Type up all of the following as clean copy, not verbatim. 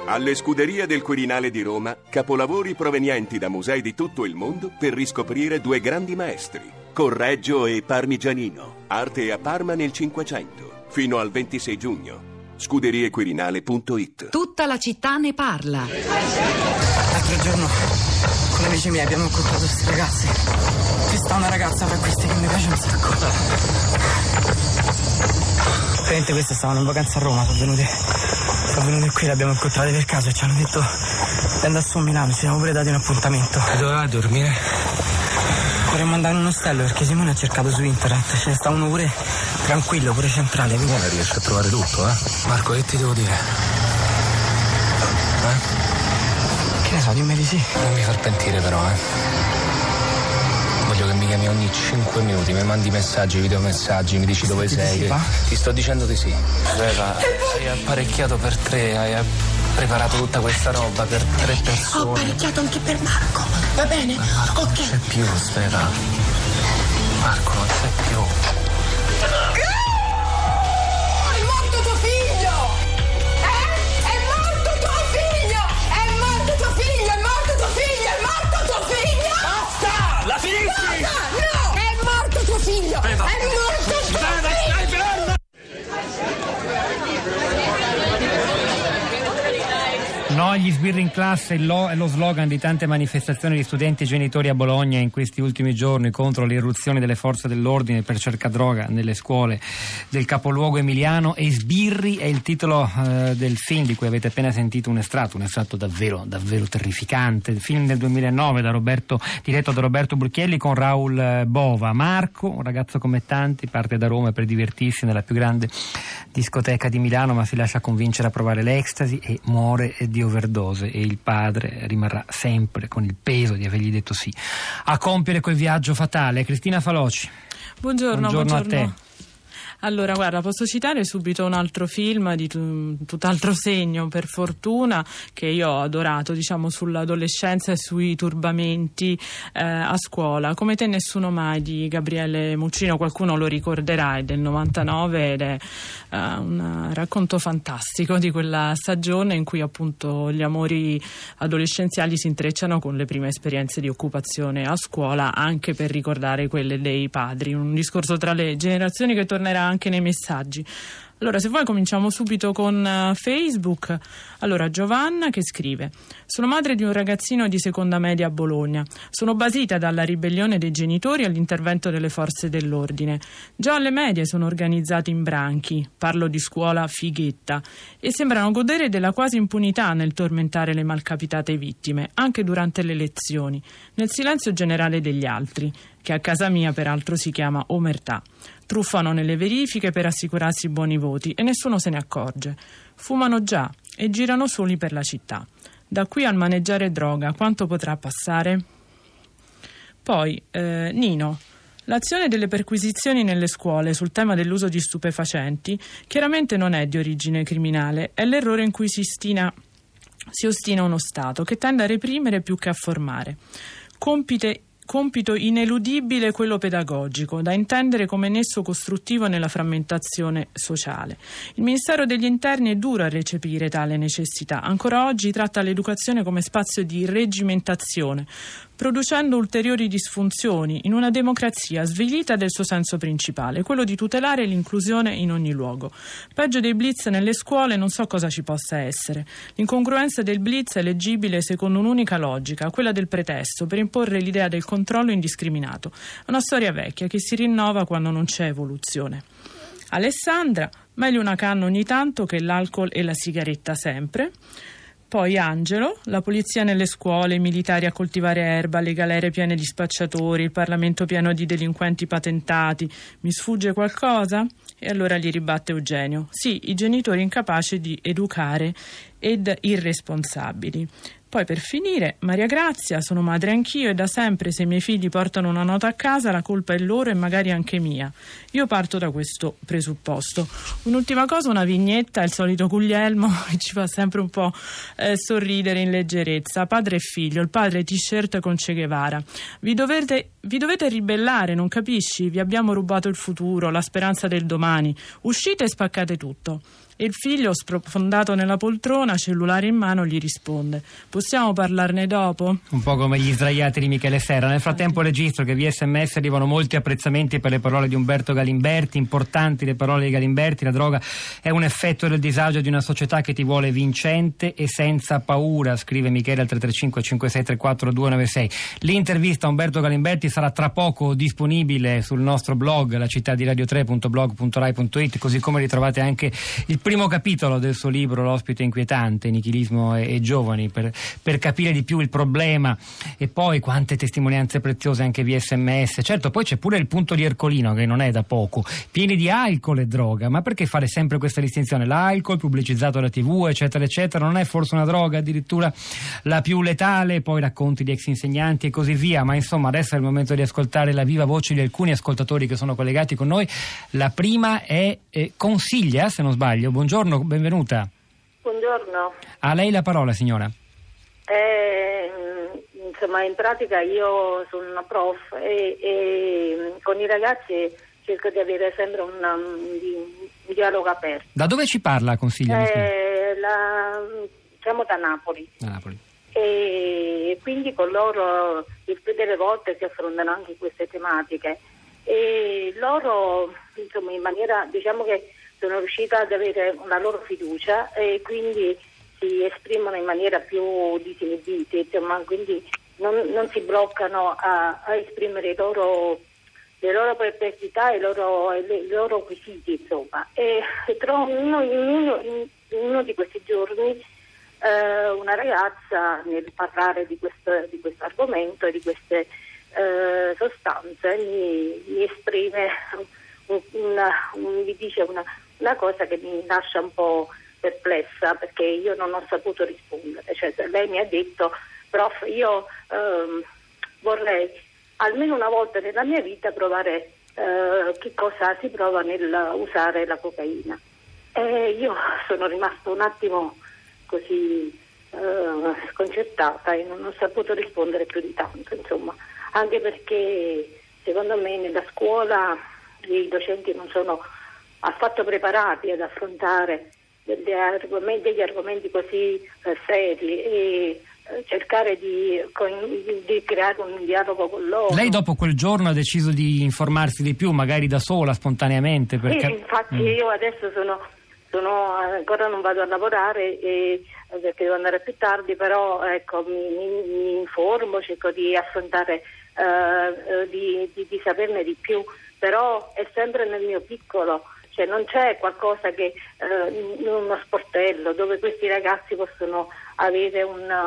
Alle Scuderie del Quirinale di Roma, capolavori provenienti da musei di tutto il mondo per riscoprire due grandi maestri, Correggio e Parmigianino, arte a Parma nel Cinquecento, fino al 26 giugno. ScuderieQuirinale.it. Tutta la città ne parla. L'altro giorno con amici miei abbiamo incontrato questi ragazzi. Ci sta una ragazza fra questi che mi piace un sacco. Praticamente questi stavano in vacanza a Roma, sono venuti qui, li abbiamo incontrati per caso e ci hanno detto di andare su a Milano, ci siamo pure dati un appuntamento. E dove vai a dormire? Vorremmo andare in un ostello perché Simone ha cercato su internet, ce ne sta uno pure tranquillo, pure centrale. Simone riesce a trovare tutto, eh? Marco, che ti devo dire? Che ne so, dimmi di sì. Non mi far pentire però, Voglio che mi chiami ogni 5 minuti, mi mandi messaggi, videomessaggi, mi dici dove sei. Ti sto dicendo di sì. Beva, hai apparecchiato per 3, hai preparato tutta questa roba per 3 persone. Ho apparecchiato anche per Marco, va bene? Marco, ok. Non c'è più, Sveva. Marco, non c'è più. È morto tuo figlio! È morto tuo figlio! È morto tuo figlio! È morto tuo figlio! È morto tuo figlio! Basta! La finisci! No! È morto tuo figlio! È morto tuo figlio! Stai ferma! No agli sbirri in classe è lo slogan di tante manifestazioni di studenti e genitori a Bologna in questi ultimi giorni contro le irruzioni delle forze dell'ordine per cercadroga nelle scuole del capoluogo emiliano. E sbirri è il titolo del film di cui avete appena sentito un estratto davvero terrificante. Il film del 2009 diretto da Roberto Burchielli con Raul Bova. Marco, un ragazzo come tanti, parte da Roma per divertirsi nella più grande discoteca di Milano, ma si lascia convincere a provare l'ecstasy e muore di overdose, e il padre rimarrà sempre con il peso di avergli detto sì a compiere quel viaggio fatale. Cristina Faloci, buongiorno a te. Allora, guarda, posso citare subito un altro film di tutt'altro segno, per fortuna, che io ho adorato, sull'adolescenza e sui turbamenti a scuola. Come te nessuno mai, di Gabriele Muccino, qualcuno lo ricorderà, è del 99 ed è un racconto fantastico di quella stagione in cui appunto gli amori adolescenziali si intrecciano con le prime esperienze di occupazione a scuola, anche per ricordare quelle dei padri. Un discorso tra le generazioni che tornerà anche nei messaggi. Allora, se vuoi cominciamo subito con Facebook. Allora, Giovanna che scrive: sono madre di un ragazzino di seconda media a Bologna. Sono basita dalla ribellione dei genitori all'intervento delle forze dell'ordine. Già alle medie sono organizzati in branchi, parlo di scuola fighetta, e sembrano godere della quasi impunità nel tormentare le malcapitate vittime, anche durante le lezioni, nel silenzio generale degli altri, che a casa mia peraltro si chiama omertà. Truffano nelle verifiche per assicurarsi buoni voti e nessuno se ne accorge. Fumano già e girano soli per la città. Da qui al maneggiare droga, quanto potrà passare? Poi, Nino. L'azione delle perquisizioni nelle scuole sul tema dell'uso di stupefacenti chiaramente non è di origine criminale, è l'errore in cui si ostina uno Stato che tende a reprimere più che a formare. Compito ineludibile quello pedagogico, da intendere come nesso costruttivo nella frammentazione sociale. Il Ministero degli Interni è duro a recepire tale necessità. Ancora oggi tratta l'educazione come spazio di regimentazione, producendo ulteriori disfunzioni in una democrazia svilita del suo senso principale, quello di tutelare l'inclusione in ogni luogo. Peggio dei blitz nelle scuole non so cosa ci possa essere. L'incongruenza del blitz è leggibile secondo un'unica logica, quella del pretesto, per imporre l'idea del controllo indiscriminato. È una storia vecchia che si rinnova quando non c'è evoluzione. Alessandra: meglio una canna ogni tanto che l'alcol e la sigaretta sempre. Poi Angelo: la polizia nelle scuole, i militari a coltivare erba, le galere piene di spacciatori, il Parlamento pieno di delinquenti patentati. Mi sfugge qualcosa? E allora gli ribatte Eugenio: sì, i genitori incapaci di educare ed irresponsabili. Poi per finire Maria Grazia: sono madre anch'io e da sempre se i miei figli portano una nota a casa la colpa è loro e magari anche mia. Io parto da questo presupposto. Un'ultima cosa, una vignetta, il solito Guglielmo che ci fa sempre un po' sorridere in leggerezza. Padre e figlio, il padre t-shirt con Che Guevara. Vi dovete ribellare, non capisci? Vi abbiamo rubato il futuro, la speranza del domani. Uscite e spaccate tutto. E il figlio, sprofondato nella poltrona, cellulare in mano, gli risponde: possiamo parlarne dopo? Un po' come gli sdraiati di Michele Serra. Nel frattempo registro che via SMS arrivano molti apprezzamenti per le parole di Umberto Galimberti, importanti le parole di Galimberti. La droga è un effetto del disagio di una società che ti vuole vincente e senza paura, scrive Michele al 335 5634 296. L'intervista a Umberto Galimberti sarà tra poco disponibile sul nostro blog, lacittadiradio3.blog.rai.it, così come ritrovate anche il primo capitolo del suo libro L'ospite inquietante, nichilismo e giovani, per capire di più il problema. E poi quante testimonianze preziose anche via SMS. Certo, poi c'è pure il punto di Ercolino, che non è da poco, pieni di alcol e droga. Ma perché fare sempre questa distinzione? L'alcol pubblicizzato alla TV, eccetera eccetera, non è forse una droga addirittura la più letale? Poi racconti di ex insegnanti e così via. Ma insomma, adesso è il momento di ascoltare la viva voce di alcuni ascoltatori che sono collegati con noi. La prima è Consiglia, se non sbaglio. Buongiorno, benvenuta. Buongiorno. A lei la parola, signora. Insomma, in pratica io sono una prof e con i ragazzi cerco di avere sempre un dialogo aperto. Da dove ci parla, Consiglia? Siamo da Napoli. Da Napoli. E quindi con loro il più delle volte si affrontano anche queste tematiche e loro, insomma, in maniera, diciamo che sono riuscita ad avere una loro fiducia e quindi si esprimono in maniera più disinibita, insomma, quindi non si bloccano a esprimere le loro perplessità e i loro quesiti, insomma. E in uno di questi giorni una ragazza, nel parlare di questo argomento e di queste sostanze, mi esprime mi dice una cosa che mi lascia un po' perplessa, perché io non ho saputo rispondere. Cioè, lei mi ha detto: prof, io vorrei almeno una volta nella mia vita provare che cosa si prova nel usare la cocaina. E io sono rimasta un attimo così sconcertata e non ho saputo rispondere più di tanto, insomma, anche perché secondo me nella scuola i docenti non sono affatto preparati ad affrontare degli argomenti così seri e cercare di creare un dialogo con loro. Lei dopo quel giorno ha deciso di informarsi di più, magari da sola, spontaneamente? Perché... Sì, infatti io adesso ancora non vado a lavorare perché devo andare più tardi, però ecco, mi informo, cerco di affrontare, di saperne di più, però è sempre nel mio piccolo, cioè non c'è qualcosa che uno sportello dove questi ragazzi possono avere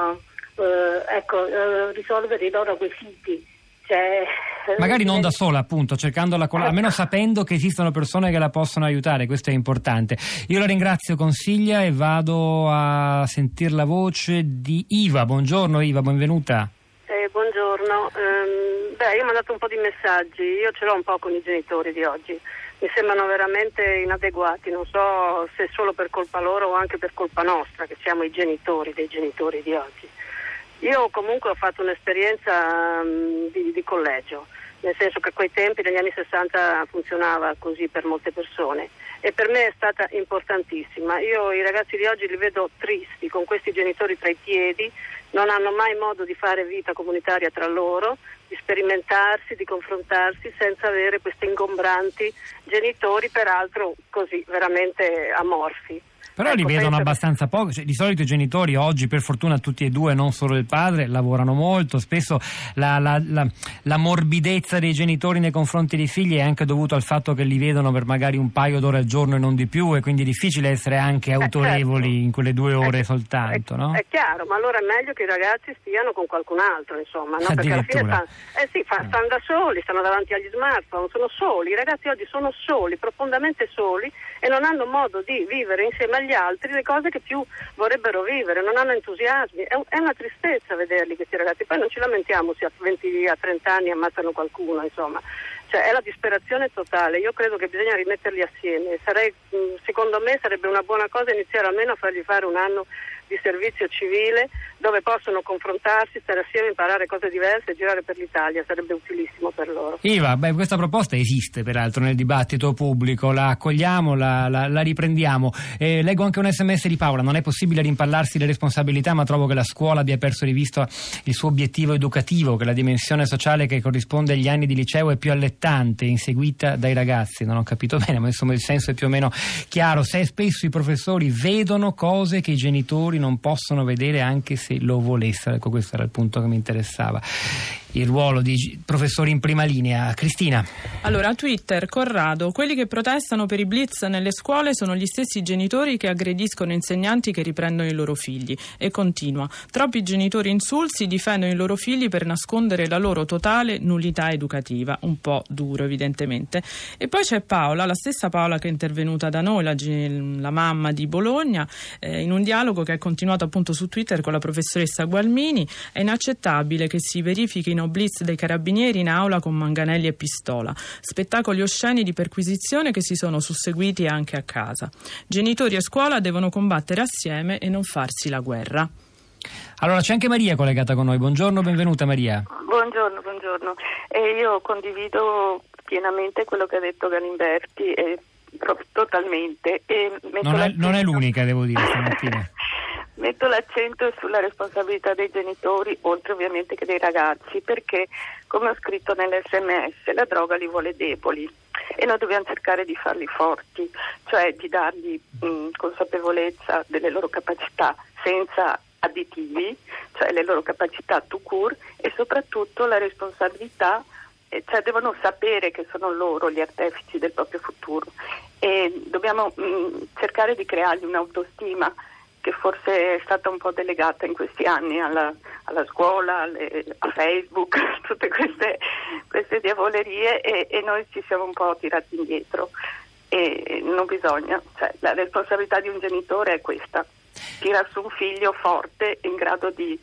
risolvere i loro quesiti. Cioè, magari non da sola, appunto, cercandola almeno sapendo che esistono persone che la possono aiutare, questo è importante. Io la ringrazio, Consiglia, e vado a sentir la voce di Iva. Buongiorno Iva, benvenuta. Buongiorno, io ho mandato un po' di messaggi, io ce l'ho un po' con i genitori di oggi, mi sembrano veramente inadeguati, non so se solo per colpa loro o anche per colpa nostra, che siamo i genitori dei genitori di oggi. Io comunque ho fatto un'esperienza di collegio, nel senso che a quei tempi, negli anni 60, funzionava così per molte persone e per me è stata importantissima. Io i ragazzi di oggi li vedo tristi, con questi genitori tra i piedi, non hanno mai modo di fare vita comunitaria tra loro, di sperimentarsi, di confrontarsi senza avere questi ingombranti genitori, peraltro così veramente amorfi. Però li vedono abbastanza poco, cioè, di solito i genitori oggi, per fortuna tutti e due, non solo il padre, lavorano molto, spesso la morbidezza dei genitori nei confronti dei figli è anche dovuto al fatto che li vedono per magari un paio d'ore al giorno e non di più, e quindi è difficile essere anche autorevoli, certo, in quelle 2 ore soltanto, no? È chiaro, ma allora è meglio che i ragazzi stiano con qualcun altro, insomma, no? Perché alla fine stanno da soli, stanno davanti agli smartphone, sono soli, i ragazzi oggi sono soli, profondamente soli, e non hanno modo di vivere insieme agli altri le cose che più vorrebbero vivere, non hanno entusiasmi, è una tristezza vederli questi ragazzi. Poi non ci lamentiamo se a 20 a 30 anni ammazzano qualcuno, insomma, cioè è la disperazione totale. Io credo che bisogna rimetterli assieme, secondo me sarebbe una buona cosa iniziare almeno a fargli fare un anno di servizio civile dove possono confrontarsi, stare assieme, imparare cose diverse e girare per l'Italia, sarebbe utilissimo per loro. Iva, questa proposta esiste peraltro nel dibattito pubblico, la accogliamo, la riprendiamo. Leggo anche un sms di Paola: non è possibile rimpallarsi le responsabilità, ma trovo che la scuola abbia perso di vista il suo obiettivo educativo, che la dimensione sociale che corrisponde agli anni di liceo è più allettante, inseguita dai ragazzi. Non ho capito bene, ma insomma il senso è più o meno chiaro. Se spesso i professori vedono cose che i genitori non possono vedere anche se lo volessero. Ecco, questo era il punto che mi interessava. Il ruolo di professori in prima linea. Cristina. Allora, a Twitter, Corrado: quelli che protestano per i blitz nelle scuole sono gli stessi genitori che aggrediscono insegnanti che riprendono i loro figli. E continua: troppi genitori insulsi difendono i loro figli per nascondere la loro totale nullità educativa. Un po' duro, evidentemente. E poi c'è Paola, la stessa Paola che è intervenuta da noi, la mamma di Bologna, in un dialogo che è continuato appunto su Twitter con la professoressa Gualmini. È inaccettabile che si verifichino blitz dei carabinieri in aula con manganelli e pistola, spettacoli osceni di perquisizione che si sono susseguiti anche a casa. Genitori e scuola devono combattere assieme e non farsi la guerra. Allora c'è anche Maria collegata con noi. Buongiorno, benvenuta Maria. Buongiorno. Io condivido pienamente quello che ha detto Galimberti, totalmente. Non è l'unica, devo dire, stamattina. Metto l'accento sulla responsabilità dei genitori, oltre ovviamente che dei ragazzi, perché, come ho scritto nell'SMS, la droga li vuole deboli e noi dobbiamo cercare di farli forti, cioè di dargli consapevolezza delle loro capacità senza additivi, cioè le loro capacità tout court, e soprattutto la responsabilità, cioè devono sapere che sono loro gli artefici del proprio futuro e dobbiamo cercare di creargli un'autostima che forse è stata un po' delegata in questi anni alla scuola, a Facebook, tutte queste diavolerie e noi ci siamo un po' tirati indietro e non bisogna, cioè la responsabilità di un genitore è questa: tirar su un figlio forte in grado di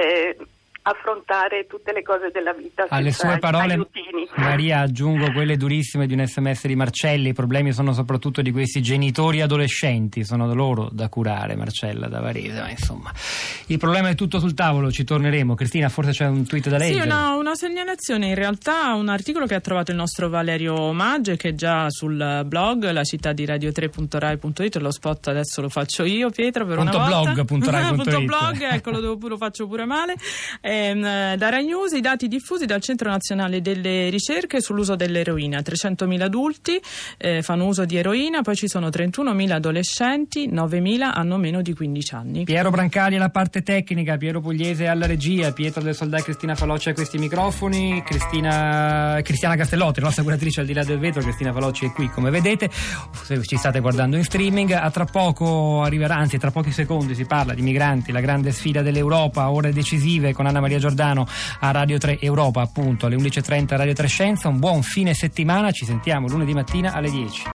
affrontare tutte le cose della vita. Alle sue parole, aiutini. Maria, aggiungo quelle durissime di un sms di Marcelli: i problemi sono soprattutto di questi genitori adolescenti, sono loro da curare. Marcella da Varese, ma insomma il problema è tutto sul tavolo, ci torneremo. Cristina, forse c'è un tweet da leggere? Sì, una segnalazione, in realtà un articolo che ha trovato il nostro Valerio Maggi, che è già sul blog, la città di radio3.rai.it. Lo spot adesso lo faccio io, Pietro, per una volta. blog, ecco, lo faccio pure male. Da Rai News, i dati diffusi dal Centro Nazionale delle Ricerche sull'uso dell'eroina: 300.000 adulti fanno uso di eroina, poi ci sono 31.000 adolescenti, 9.000 hanno meno di 15 anni. Piero Brancali alla parte tecnica, Piero Pugliese alla regia, Pietro del Soldà e Cristina Falocci a questi microfoni, Cristiana Castellotti, la nostra curatrice al di là del vetro. Cristina Falocci è qui, come vedete, se ci state guardando in streaming. A tra poco arriverà, anzi tra pochi secondi, si parla di migranti, la grande sfida dell'Europa, ore decisive con Anna Maria Giordano a Radio 3 Europa, appunto alle 11.30 Radio 3 Scienza. Un buon fine settimana, ci sentiamo lunedì mattina alle 10.